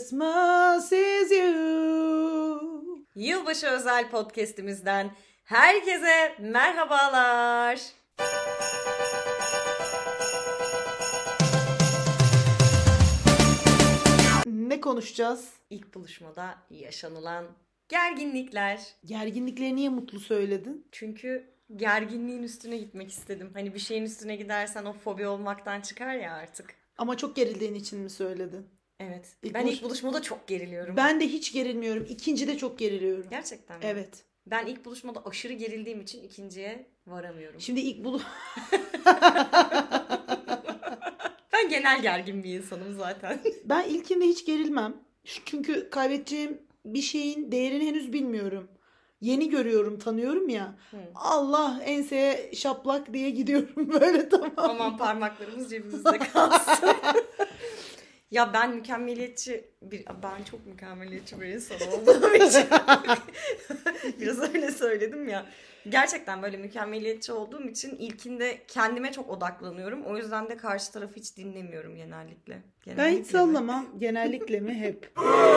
Christmas is you. Yılbaşı özel podcast'imizden herkese merhabalar. Ne konuşacağız? İlk buluşmada yaşanılan gerginlikler. Gerginlikleri niye mutlu söyledin? Çünkü gerginliğin üstüne gitmek istedim. Hani bir şeyin üstüne gidersen o fobi olmaktan çıkar ya artık. Ama çok gerildiğin için mi söyledin? Evet. İlk buluşmada çok geriliyorum. Ben de hiç gerilmiyorum. İkincide çok geriliyorum. Gerçekten mi? Evet. Ben ilk buluşmada aşırı gerildiğim için ikinciye varamıyorum. Şimdi Ben genel gergin bir insanım zaten. Ben ilkinde hiç gerilmem. Çünkü kaybedeceğim bir şeyin değerini henüz bilmiyorum. Yeni görüyorum, tanıyorum ya. Allah, enseye şaplak diye gidiyorum böyle, tamam. Aman parmaklarımız cebimizde kalsın. Ya ben çok mükemmeliyetçi bir insan olduğum için biraz öyle söyledim ya. Gerçekten böyle mükemmeliyetçi olduğum için ilkinde kendime çok odaklanıyorum. O yüzden de karşı tarafı hiç dinlemiyorum genellikle. Ben hiç sallamam. Genellikle mi? Hep.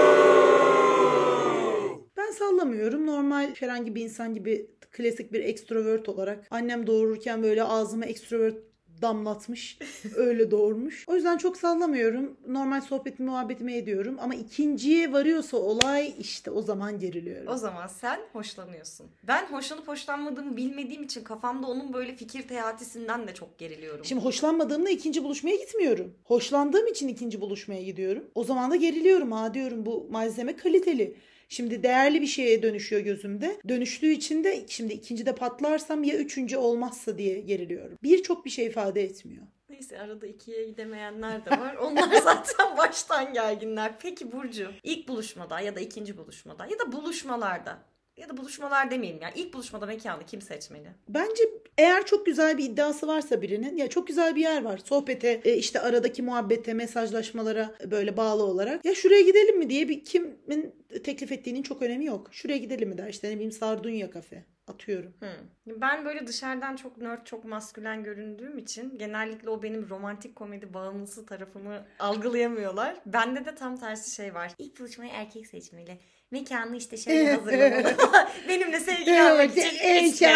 Ben sallamıyorum. Normal herhangi bir insan gibi, klasik bir ekstrovert olarak. Annem doğururken böyle ağzıma ekstrovert damlatmış. Öyle doğurmuş. O yüzden çok sallamıyorum. Normal sohbetimi, muhabbetimi ediyorum. Ama ikinciye varıyorsa olay, işte o zaman geriliyorum. O zaman sen hoşlanıyorsun. Ben hoşlanıp hoşlanmadığımı bilmediğim için kafamda onun böyle fikir teatisinden de çok geriliyorum. Şimdi hoşlanmadığımda ikinci buluşmaya gitmiyorum. Hoşlandığım için ikinci buluşmaya gidiyorum. O zaman da geriliyorum. Diyorum, bu malzeme kaliteli. Şimdi değerli bir şeye dönüşüyor gözümde. Dönüştüğü için de şimdi ikincide patlarsam ya üçüncü olmazsa diye geriliyorum. Birçok bir şey ifade etmiyor. Neyse, arada ikiye gidemeyenler de var. Onlar zaten baştan gerginler. Peki Burcu, ilk buluşmada ya da ikinci buluşmada ya da buluşmalarda ya da buluşmalar demeyelim ya. İlk buluşmada mekanı kim seçmeli? Bence eğer çok güzel bir iddiası varsa birinin, ya çok güzel bir yer var. Sohbete, işte aradaki muhabbete, mesajlaşmalara böyle bağlı olarak. Ya şuraya gidelim mi diye kimin teklif ettiğinin çok önemi yok. Şuraya gidelim mi der, işte ne bileyim, Sardunya kafe. Atıyorum. Ben böyle dışarıdan çok nerd, çok maskülen göründüğüm için genellikle o benim romantik komedi bağımlısı tarafımı algılayamıyorlar. Bende de tam tersi şey var. İlk buluşmayı erkek seçmeli. Mekanı işte şöyle hazırlamalı. Benimle sevgili almak için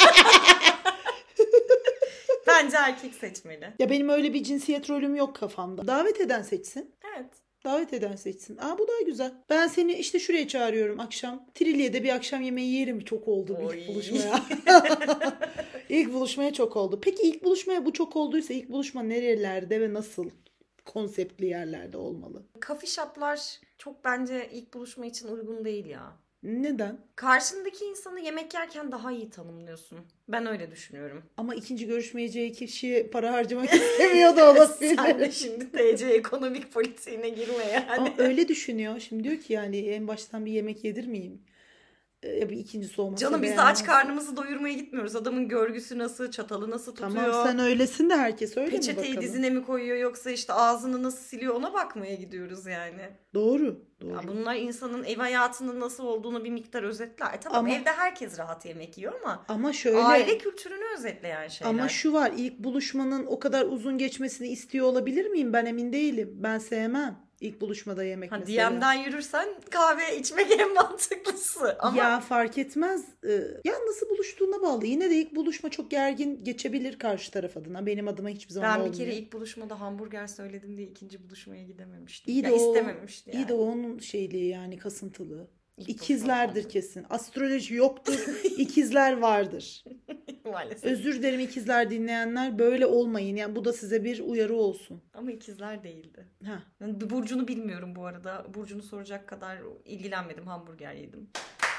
Bence erkek seçmeli. Ya benim öyle bir cinsiyet rolüm yok kafamda. Davet eden seçsin. Evet. Davet eden seçsin. Bu daha güzel. Ben seni işte şuraya çağırıyorum akşam. Trilye'de bir akşam yemeği yerim. Çok oldu ilk buluşmaya. İlk buluşmaya çok oldu. Peki ilk buluşmaya bu çok olduysa ilk buluşma nerelerde ve nasıl konseptli yerlerde olmalı? Coffee shop'lar çok bence ilk buluşma için uygun değil ya. Neden? Karşındaki insanı yemek yerken daha iyi tanımlıyorsun. Ben öyle düşünüyorum. Ama ikinci görüşmeyeceği kişiye para harcamak istemiyor da olabilir. Sen de şimdi TC ekonomik politiğine girme yani. Ama öyle düşünüyor. Şimdi diyor ki yani en baştan bir yemek yedirmeyeyim. Ya bir ikincisi olmazsa Canım, biz de aç karnımızı doyurmaya gitmiyoruz. Adamın görgüsü nasıl, çatalı nasıl tutuyor. Tamam, sen öylesin de herkes öyle mi bakalım? Peçeteyi dizine mi koyuyor yoksa işte ağzını nasıl siliyor, ona bakmaya gidiyoruz yani. Doğru. Ya bunlar insanın ev hayatının nasıl olduğunu bir miktar özetler. Tamam, ama evde herkes rahat yemek yiyor ama şöyle, aile kültürünü özetleyen şeyler. Ama şu var, ilk buluşmanın o kadar uzun geçmesini istiyor olabilir miyim? Ben emin değilim. Ben sevmem. İlk buluşmada yemek mesela. DM'den yürürsen kahve içmek en mantıklısı. Ama... Ya fark etmez. Ya nasıl buluştuğuna bağlı. Yine de ilk buluşma çok gergin geçebilir karşı taraf adına. Benim adıma hiçbir zaman olmuyor. Ben bir kere ilk buluşmada hamburger söyledim diye ikinci buluşmaya gidememiştim. İyi de istememişti yani. İyi de onun şeyliği yani, kasıntılı. İkizlerdir kesin. Astroloji yoktur. İkizler vardır. Maalesef. Özür dilerim ikizler dinleyenler, böyle olmayın. Yani bu da size bir uyarı olsun. Ama ikizler değildi. Ha. Yani burcunu bilmiyorum bu arada. Burcunu soracak kadar ilgilenmedim. Hamburger yedim.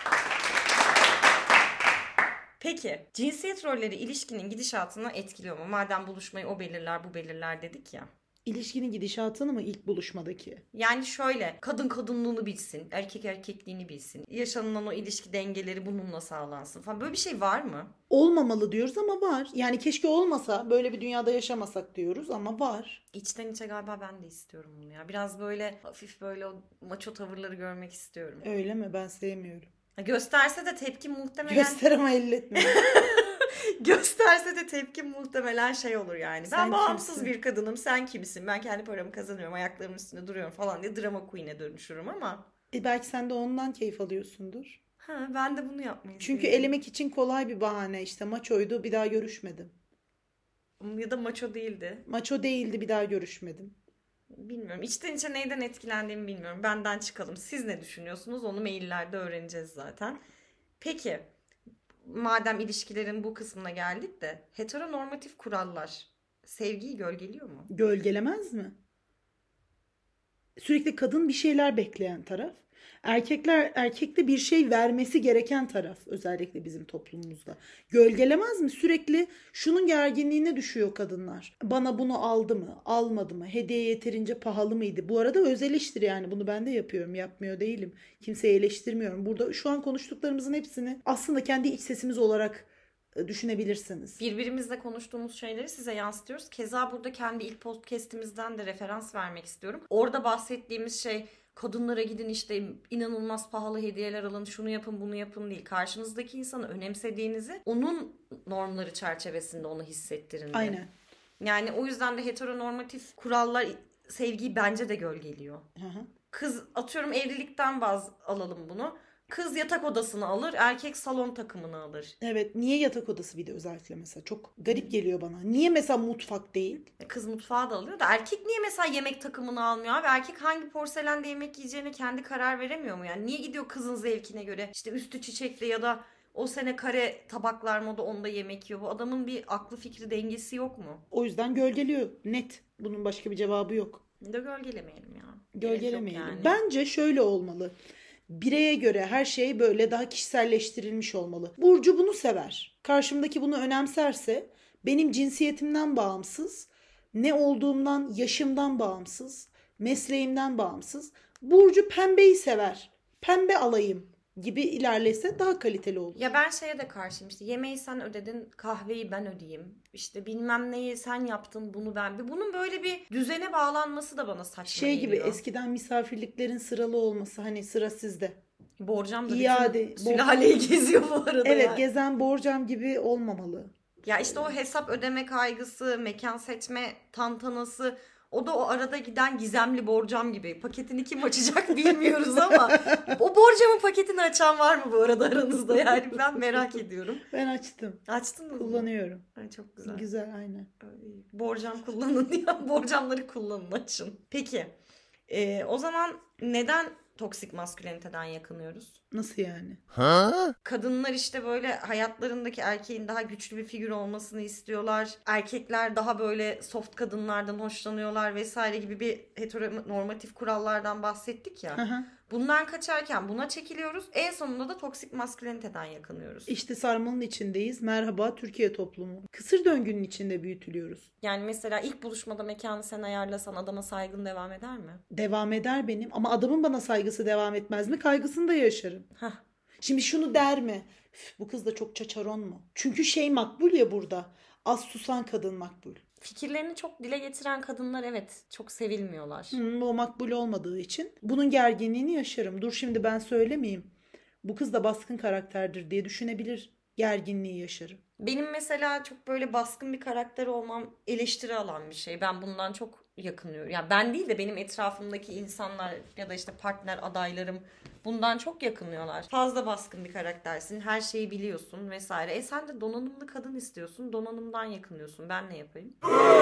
Peki, cinsiyet rolleri ilişkinin gidişatını etkiliyor mu? Madem buluşmayı o belirler, bu belirler dedik ya. İlişkinin gidişatını mı ilk buluşmadaki? Yani şöyle, kadın kadınlığını bilsin, erkek erkekliğini bilsin, yaşanılan o ilişki dengeleri bununla sağlansın falan. Böyle bir şey var mı? Olmamalı diyoruz ama var. Yani keşke olmasa, böyle bir dünyada yaşamasak diyoruz ama var. İçten içe galiba ben de istiyorum bunu ya. Biraz böyle hafif böyle o maço tavırları görmek istiyorum. Öyle mi? Ben sevmiyorum. Gösterse de tepki muhtemelen... Göster ama elletme. Gösterse de tepki muhtemelen şey olur yani. Sen Ben bağımsız kimsin? bir kadınım, sen kimsin? Ben kendi paramı kazanıyorum, ayaklarımın üstünde duruyorum falan diye drama queen'e dönüşürüm ama. Belki sen de ondan keyif alıyorsundur. Ben de bunu yapmayı Çünkü seviyorum. elemek için kolay bir bahane işte. Maçoydu, bir daha görüşmedim. Ya da maço değildi. Maço değildi, bir daha görüşmedim. Bilmiyorum. İçten içe neyden etkilendiğimi bilmiyorum. Benden çıkalım. Siz ne düşünüyorsunuz? Onu maillerde öğreneceğiz zaten. Peki, madem ilişkilerin bu kısmına geldik de heteronormatif kurallar sevgiyi gölgeliyor mu? Gölgelemez mi? Sürekli kadın bir şeyler bekleyen taraf. Erkekte bir şey vermesi gereken taraf, özellikle bizim toplumumuzda. Gölgelemez mi? Sürekli şunun gerginliğine düşüyor kadınlar. Bana bunu aldı mı? Almadı mı? Hediye yeterince pahalı mıydı? Bu arada öz eleştiri yani. Bunu ben de yapıyorum. Yapmıyor değilim. Kimseyi eleştirmiyorum. Burada şu an konuştuklarımızın hepsini aslında kendi iç sesimiz olarak düşünebilirsiniz. Birbirimizle konuştuğumuz şeyleri size yansıtıyoruz. Keza burada kendi ilk podcast'imizden de referans vermek istiyorum. Orada bahsettiğimiz şey kadınlara gidin işte inanılmaz pahalı hediyeler alın, şunu yapın, bunu yapın değil. Karşınızdaki insanı önemsediğinizi, onun normları çerçevesinde onu hissettirin diye. Aynen. Yani o yüzden de heteronormatif kurallar sevgiyi bence de gölgeliyor. Hı hı. Kız, atıyorum evlilikten alalım bunu. Kız yatak odasını alır, erkek salon takımını alır. Evet, niye yatak odası bir de özellikle mesela çok garip geliyor bana. Niye mesela mutfak değil? Kız mutfağı da alıyor da erkek niye mesela yemek takımını almıyor abi? Erkek hangi porselende yemek yiyeceğine kendi karar veremiyor mu yani? Niye gidiyor kızın zevkine göre işte üstü çiçekli ya da o sene kare tabaklar moda onda yemek yiyor. Bu adamın bir aklı fikri dengesi yok mu? O yüzden gölgeliyor. Net. Bunun başka bir cevabı yok. De gölgelemeyelim ya. Gölgelemeyelim. Yani. Bence şöyle olmalı. Bireye göre her şey böyle daha kişiselleştirilmiş olmalı. Burcu bunu sever. Karşımdaki bunu önemserse benim cinsiyetimden bağımsız, ne olduğumdan, yaşımdan bağımsız, mesleğimden bağımsız. Burcu pembeyi sever. Pembe alayım gibi ilerlese daha kaliteli olur. Ya ben şeye de karşıyım işte yemeği sen ödedin, kahveyi ben ödeyeyim. İşte bilmem neyi sen yaptın, bunu ben. Bunun böyle bir düzene bağlanması da bana saçma Şey gibi geliyor. eskiden misafirliklerin sıralı olması, hani sıra sizde. Borcam da İade. bütün sülaleyi geziyor bu arada. Evet, yani. gezen borcam gibi olmamalı. Ya işte o hesap ödeme kaygısı, mekan seçme tantanası, o da o arada giden gizemli borcam gibi. Paketini kim açacak bilmiyoruz ama o borcamın paketini açan var mı bu arada aranızda? Yani ben merak ediyorum. Ben açtım. Açtın mı? Kullanıyorum. Ay çok güzel. Güzel, aynen. Borcam kullanın ya. Borcamları kullanın, açın. Peki. O zaman neden toksik masküleniteden yakınıyoruz? Nasıl yani? Kadınlar işte böyle hayatlarındaki erkeğin daha güçlü bir figür olmasını istiyorlar. Erkekler daha böyle soft kadınlardan hoşlanıyorlar vesaire gibi bir heteronormatif kurallardan bahsettik ya. Hı hı. Bundan kaçarken buna çekiliyoruz. En sonunda da toksik masküleniteden yakınıyoruz. İşte sarmalın içindeyiz. Merhaba Türkiye toplumu. Kısır döngünün içinde büyütülüyoruz. Yani mesela ilk buluşmada mekanı sen ayarlasan adama saygın devam eder mi? Devam eder benim ama adamın bana saygısı devam etmez mi? Kaygısını da yaşarım. Hah. Şimdi şunu der mi? Bu kız da çok çaçaron mu? Çünkü şey makbul ya burada. Az susan kadın makbul. Fikirlerini çok dile getiren kadınlar evet çok sevilmiyorlar. O makbul olmadığı için bunun gerginliğini yaşarım. Dur şimdi ben söylemeyeyim. Bu kız da baskın karakterdir diye düşünebilir. Gerginliği yaşarım. Benim mesela çok böyle baskın bir karakter olmam eleştiri alan bir şey. Ben bundan çok yakınıyorum. Yani ben değil de benim etrafımdaki insanlar ya da işte partner adaylarım bundan çok yakınıyorlar. Fazla baskın bir karaktersin. Her şeyi biliyorsun vesaire. Sen de donanımlı kadın istiyorsun. Donanımdan yakınıyorsun. Ben ne yapayım?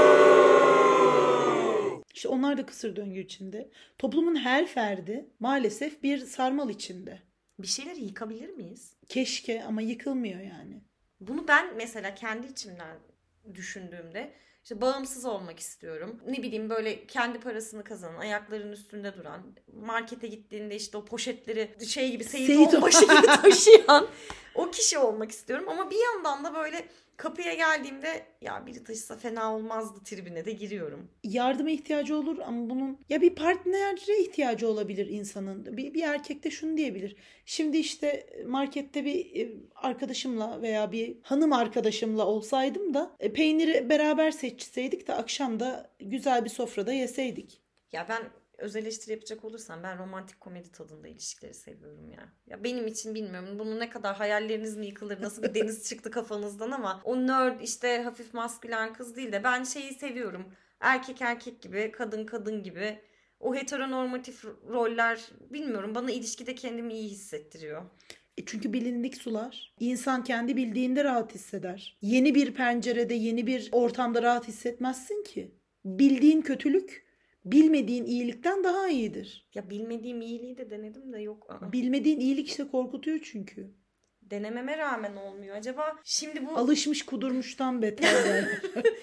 İşte onlar da kısır döngü içinde. Toplumun her ferdi maalesef bir sarmal içinde. Bir şeyleri yıkabilir miyiz? Keşke ama yıkılmıyor yani. Bunu ben mesela kendi içimden düşündüğümde işte bağımsız olmak istiyorum. Ne bileyim böyle kendi parasını kazanan, ayaklarının üstünde duran, markete gittiğinde işte o poşetleri şey gibi Seyit Onbaşı gibi taşıyan o kişi olmak istiyorum. Ama bir yandan da böyle kapıya geldiğimde ya biri taşısa fena olmazdı tribine de giriyorum. Yardıma ihtiyacı olur ama bunun ya bir partnere ihtiyacı olabilir insanın. Bir erkek de şunu diyebilir. Şimdi işte markette bir arkadaşımla veya bir hanım arkadaşımla olsaydım da peyniri beraber seçseydik de akşam da güzel bir sofrada yeseydik. Ya ben öz eleştiri yapacak olursam ben romantik komedi tadında ilişkileri seviyorum ya. Ya benim için bilmiyorum bunu ne kadar hayalleriniz mi yıkılır, nasıl bir deniz çıktı kafanızdan ama o nerd işte hafif maskülen kız değil de ben şeyi seviyorum. Erkek erkek gibi, kadın kadın gibi. O heteronormatif roller bilmiyorum bana ilişkide kendimi iyi hissettiriyor. Çünkü bilindik sular. İnsan kendi bildiğinde rahat hisseder. Yeni bir pencerede, yeni bir ortamda rahat hissetmezsin ki. Bildiğin kötülük, bilmediğin iyilikten daha iyidir. Ya bilmediğim iyiliği de denedim de yok. Bilmediğin iyilik işte korkutuyor çünkü. Denememe rağmen olmuyor. Acaba şimdi bu... Alışmış kudurmuştan beter derler.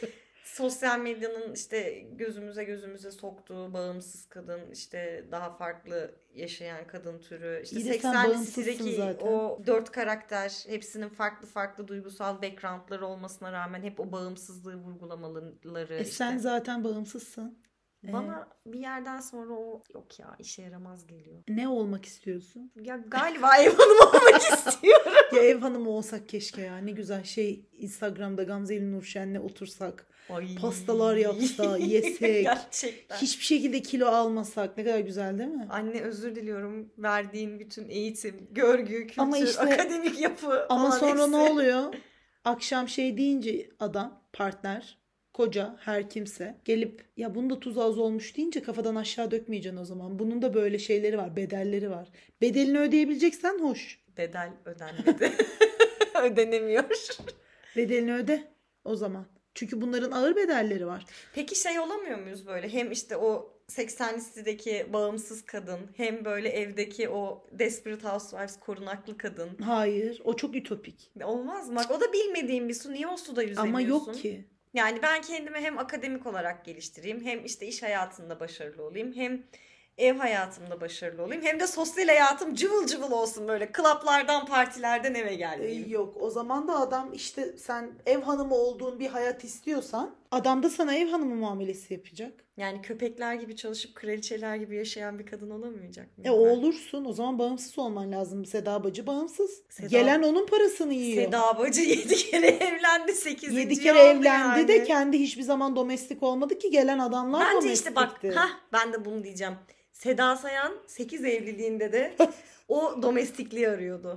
Sosyal medyanın işte gözümüze soktuğu bağımsız kadın, işte daha farklı yaşayan kadın türü, işte İyi de sen 80'li bağımsızsın City'deki zaten. o 4 karakter hepsinin farklı farklı duygusal backgroundları olmasına rağmen hep o bağımsızlığı vurgulamaları işte. Sen zaten bağımsızsın. Bana bir yerden sonra o yok ya işe yaramaz geliyor. Ne olmak istiyorsun? Ya galiba ev hanımı olmak istiyorum. Ya ev hanımı olsak keşke ya. Ne güzel şey Instagram'da Gamze ile Nurşen'le otursak. Ay. Pastalar yapsa, yesek. Gerçekten. Hiçbir şekilde kilo almasak. Ne kadar güzel değil mi? Anne özür diliyorum. Verdiğin bütün eğitim, görgü, kültür, Ama işte, akademik yapı ama falan sonra hepsi. ne oluyor? Akşam şey deyince adam, partner, koca, her kimse gelip ya bunun da tuzu az olmuş deyince kafadan aşağı dökmeyeceksin o zaman. Bunun da böyle şeyleri var, bedelleri var. Bedelini ödeyebileceksen hoş. Bedel ödenmedi. Ödenemiyor. Bedelini öde o zaman. Çünkü bunların ağır bedelleri var. Peki şey olamıyor muyuz böyle? Hem işte o 80'li City'deki bağımsız kadın, hem böyle evdeki o Desperate Housewives korunaklı kadın. Hayır, o çok ütopik. Olmaz mı? Bak o da bilmediğim bir su. Niye o suda yüzemiyorsun? Ama yok ki. Yani ben kendimi hem akademik olarak geliştireyim, hem işte iş hayatında başarılı olayım, hem ev hayatımda başarılı olayım, hem de sosyal hayatım cıvıl cıvıl olsun böyle. Klaplardan, partilerden eve gelmeyeyim. Yok, o zaman da adam işte sen ev hanımı olduğun bir hayat istiyorsan adam da sana ev hanımı muamelesi yapacak. Yani köpekler gibi çalışıp kraliçeler gibi yaşayan bir kadın olamayacak mı? O olursun. O zaman bağımsız olman lazım. Seda Bacı bağımsız. Seda- Gelen onun parasını yiyor. Seda Bacı 7 kere evlendi, 8. 7 kere evlendi de kendi hiçbir zaman domestik olmadı ki gelen adamlar Bence domestikti. işte bak ben de bunu diyeceğim. Seda Sayan 8 evliliğinde de o domestikliği arıyordu.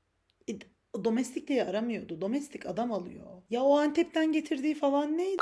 Domestikliği aramıyordu. Domestik adam alıyor. Ya o Antep'ten getirdiği falan neydi?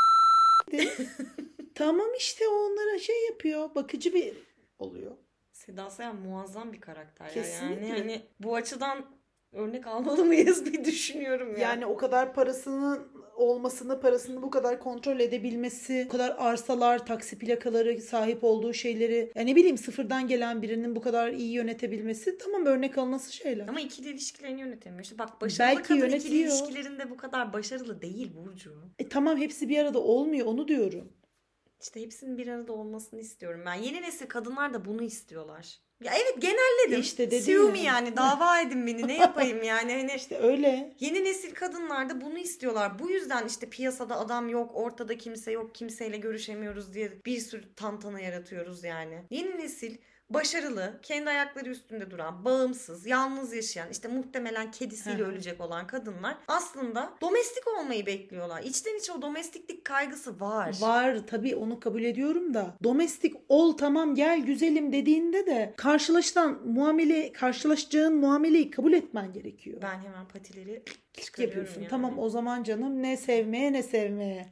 Tamam işte onlara şey yapıyor. Bakıcı bir oluyor. Seda Sayan muazzam bir karakter ya. Kesinlikle. Yani bu açıdan örnek almalı mıyız bir düşünüyorum ya. Yani o kadar parasının olmasını, parasını bu kadar kontrol edebilmesi, bu kadar arsalar, taksi plakaları, sahip olduğu şeyleri, yani ne bileyim sıfırdan gelen birinin bu kadar iyi yönetebilmesi tamam örnek alınası şeyler. Ama ikili ilişkilerini yönetemiyor. İşte bak başarılı Belki kadın yönetiyor. ikili ilişkilerinde bu kadar başarılı değil Burcu. Tamam hepsi bir arada olmuyor onu diyorum. İşte hepsinin bir arada olmasını istiyorum ben. Yeni nesil kadınlar da bunu istiyorlar. Ya evet genelledim. İşte dedim Sue ya. me yani dava edin beni ne yapayım yani. Hani İşte öyle. yeni nesil kadınlar da bunu istiyorlar. Bu yüzden işte piyasada adam yok, ortada kimse yok, kimseyle görüşemiyoruz diye bir sürü tantana yaratıyoruz yani. Yeni nesil başarılı, kendi ayakları üstünde duran, bağımsız, yalnız yaşayan, işte muhtemelen kedisiyle ölecek olan kadınlar aslında domestik olmayı bekliyorlar. İçten içe o domestiklik kaygısı var. Var tabii onu kabul ediyorum da domestik ol tamam gel güzelim dediğinde de karşılaşacağın muameleyi kabul etmen gerekiyor. Ben hemen patileri çıkarıyorum Yapıyorsun. yani. Tamam o zaman canım ne sevmeye ne sevmeye.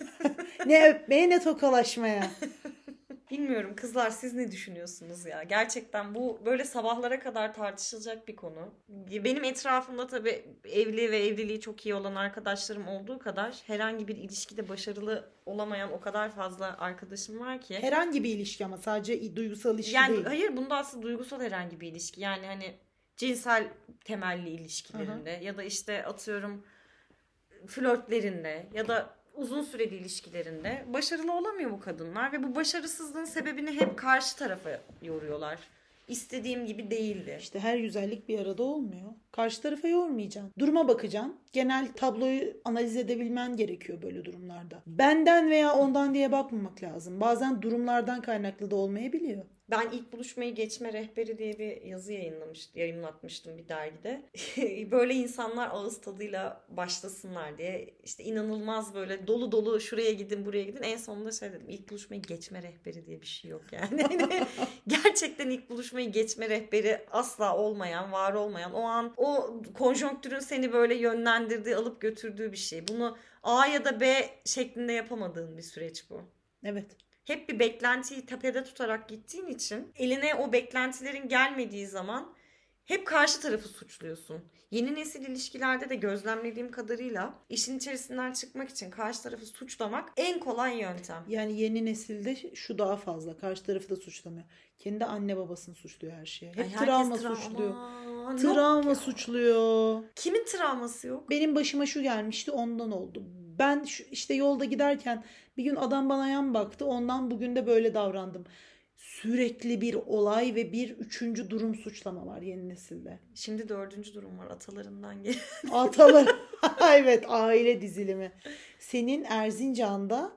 Ne öpmeye ne tokalaşmaya. Bilmiyorum kızlar siz ne düşünüyorsunuz ya? Gerçekten bu böyle sabahlara kadar tartışılacak bir konu. Benim etrafımda tabii evli ve evliliği çok iyi olan arkadaşlarım olduğu kadar herhangi bir ilişkide başarılı olamayan o kadar fazla arkadaşım var ki. Herhangi bir ilişki ama sadece duygusal ilişki Yani değil. hayır bunda aslında duygusal herhangi bir ilişki. Yani hani cinsel temelli ilişkilerinde ya da işte atıyorum flörtlerinde ya da uzun süreli ilişkilerinde başarılı olamıyor bu kadınlar ve bu başarısızlığın sebebini hep karşı tarafa yoruyorlar. İstediğim gibi değildi. İşte her güzellik bir arada olmuyor. Karşı tarafa yormayacaksın. Duruma bakacaksın. Genel tabloyu analiz edebilmen gerekiyor böyle durumlarda. Benden veya ondan diye bakmamak lazım. Bazen durumlardan kaynaklı da olmayabiliyor. Ben ilk buluşmayı geçme rehberi diye bir yazı yayınlatmıştım bir dergide. Böyle insanlar ağız tadıyla başlasınlar diye. İşte inanılmaz böyle dolu dolu şuraya gidin buraya gidin. En sonunda şey dedim, ilk buluşmayı geçme rehberi diye bir şey yok yani. Gerçekten ilk buluşmayı geçme rehberi asla olmayan, var olmayan, o an o konjonktürün seni böyle yönlendirdiği, alıp götürdüğü bir şey. Bunu A ya da B şeklinde yapamadığın bir süreç bu. Evet. Hep bir beklentiyi tepede tutarak gittiğin için eline o beklentilerin gelmediği zaman hep karşı tarafı suçluyorsun. Yeni nesil ilişkilerde de gözlemlediğim kadarıyla işin içerisinden çıkmak için karşı tarafı suçlamak en kolay yöntem. Yani yeni nesilde şu daha fazla. Karşı tarafı da suçlamıyor. Kendi anne babasını suçluyor her şeye. Hep travma suçluyor. Travma suçluyor. Kimin travması yok? Benim başıma şu gelmişti, ondan oldu. Ben işte yolda giderken bir gün adam bana yan baktı. Ondan bugün de böyle davrandım. Sürekli bir olay ve bir üçüncü durum suçlama var yeni nesilde. Şimdi dördüncü durum var, atalarından gelen. Atalar. Evet, aile dizilimi. Senin Erzincan'da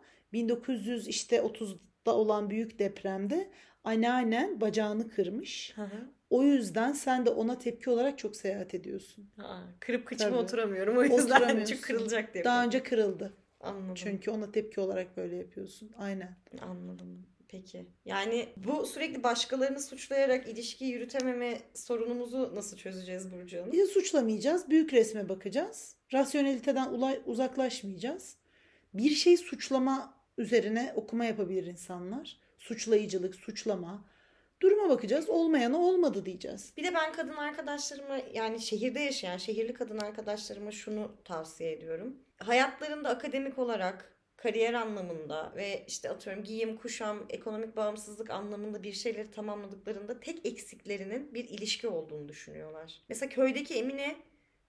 1930'da olan büyük depremde anneannen bacağını kırmış. O yüzden sen de ona tepki olarak çok seyahat ediyorsun. Kırıp kıçıma oturamıyorum o yüzden. Çünkü kırılacak diye. Daha önce kırıldı. Anladım. Çünkü ona tepki olarak böyle yapıyorsun. Aynen. Anladım. Peki. Yani bu sürekli başkalarını suçlayarak ilişki yürütememe sorunumuzu nasıl çözeceğiz Burcu Hanım? Biz suçlamayacağız. Büyük resme bakacağız. Rasyoneliteden uzaklaşmayacağız. Bir şey suçlama üzerine okuma yapabilir insanlar. Suçlayıcılık, suçlama. Duruma bakacağız. Olmayanı olmadı diyeceğiz. Bir de ben kadın arkadaşlarıma, yani şehirde yaşayan şehirli kadın arkadaşlarıma şunu tavsiye ediyorum. Hayatlarında akademik olarak, kariyer anlamında ve işte atıyorum giyim, kuşam, ekonomik bağımsızlık anlamında bir şeyleri tamamladıklarında tek eksiklerinin bir ilişki olduğunu düşünüyorlar. Mesela köydeki Emine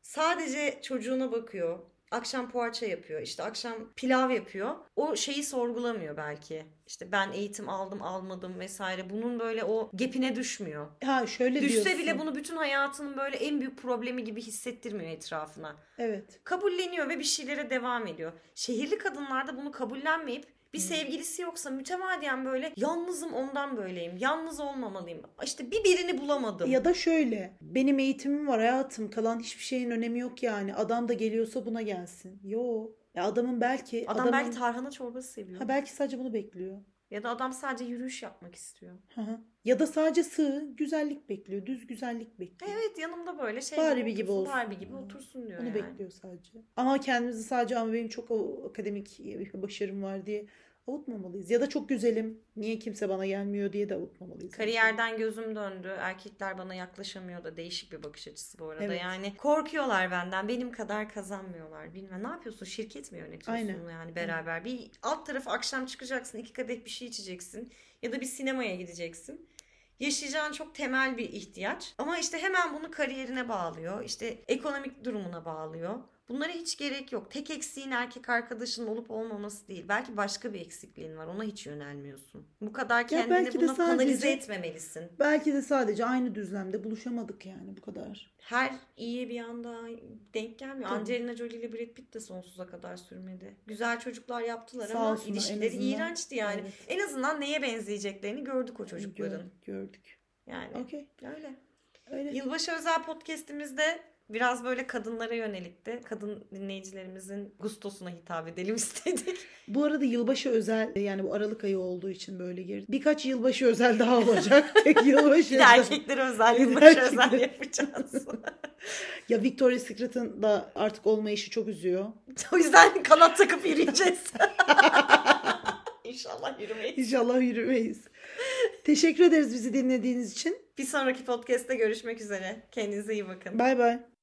sadece çocuğuna bakıyor. Akşam poğaça yapıyor, işte akşam pilav yapıyor. O şeyi sorgulamıyor belki. İşte ben eğitim aldım, almadım vesaire. Bunun böyle o gapine düşmüyor. Şöyle Düşse diyorsun. bile bunu bütün hayatının böyle en büyük problemi gibi hissettirmiyor etrafına. Evet. Kabulleniyor ve bir şeylere devam ediyor. Şehirli kadınlar da bunu kabullenmeyip bir sevgilisi yoksa mütemadiyen böyle yalnızım, ondan böyleyim. Yalnız olmamalıyım. İşte birini bulamadım. Ya da şöyle, benim eğitimim var hayatım, kalan hiçbir şeyin önemi yok yani. Adam da geliyorsa buna gelsin. Yo. Ya adamın belki belki tarhana çorbası seviyor. Belki sadece bunu bekliyor. Ya da adam sadece yürüyüş yapmak istiyor. Ya da sadece güzellik bekliyor. Düz güzellik bekliyor. Evet, yanımda böyle Barbie gibi olsun. Barbie gibi otursun diyor. Onu yani bekliyor sadece. Ama kendimizi sadece ama benim çok akademik başarım var diye avutmamalıyız. Ya da çok güzelim, niye kimse bana gelmiyor diye de avutmamalıyız. Kariyerden gözüm döndü. Erkekler bana yaklaşamıyor da değişik bir bakış açısı bu arada. Evet. Yani korkuyorlar benden. Benim kadar kazanmıyorlar. Bilmem ne yapıyorsun? Şirket mi yönetiyorsun? Aynen. Yani beraber. Bir alt tarafı akşam çıkacaksın. 2 kadeh bir şey içeceksin. Ya da bir sinemaya gideceksin. Yaşayacağın çok temel bir ihtiyaç. Ama işte hemen bunu kariyerine bağlıyor. İşte ekonomik durumuna bağlıyor. Bunlara hiç gerek yok. Tek eksiğin erkek arkadaşının olup olmaması değil. Belki başka bir eksikliğin var. Ona hiç yönelmiyorsun. Bu kadar kendini buna kanalize etmemelisin. Belki de sadece aynı düzlemde buluşamadık yani, bu kadar. Her iyi bir anda denk gelmiyor. Tabii. Angelina Jolie ile Brad Pitt de sonsuza kadar sürmedi. Güzel çocuklar yaptılar Sağ ama olsunlar, ilişkileri en azından. iğrençti yani. Evet. En azından neye benzeyeceklerini gördük o çocukların. Gördük. Yani Okey. öyle. Yılbaşı özel podcast'imizde biraz böyle kadınlara yönelikti. Kadın dinleyicilerimizin gustosuna hitap edelim istedik. Bu arada yılbaşı özel, yani bu Aralık ayı olduğu için böyle girdi. Birkaç yılbaşı özel daha olacak. Tek yılbaşı Bir de özel. erkeklere özel yılbaşı özel yapacağız. Ya Victoria's Secret'ın da artık olmayışı çok üzüyor. O yüzden kanat takıp yürüyeceğiz. İnşallah yürümeyiz. İnşallah yürümeyiz. Teşekkür ederiz bizi dinlediğiniz için. Bir sonraki podcast'te görüşmek üzere. Kendinize iyi bakın. Bay bay.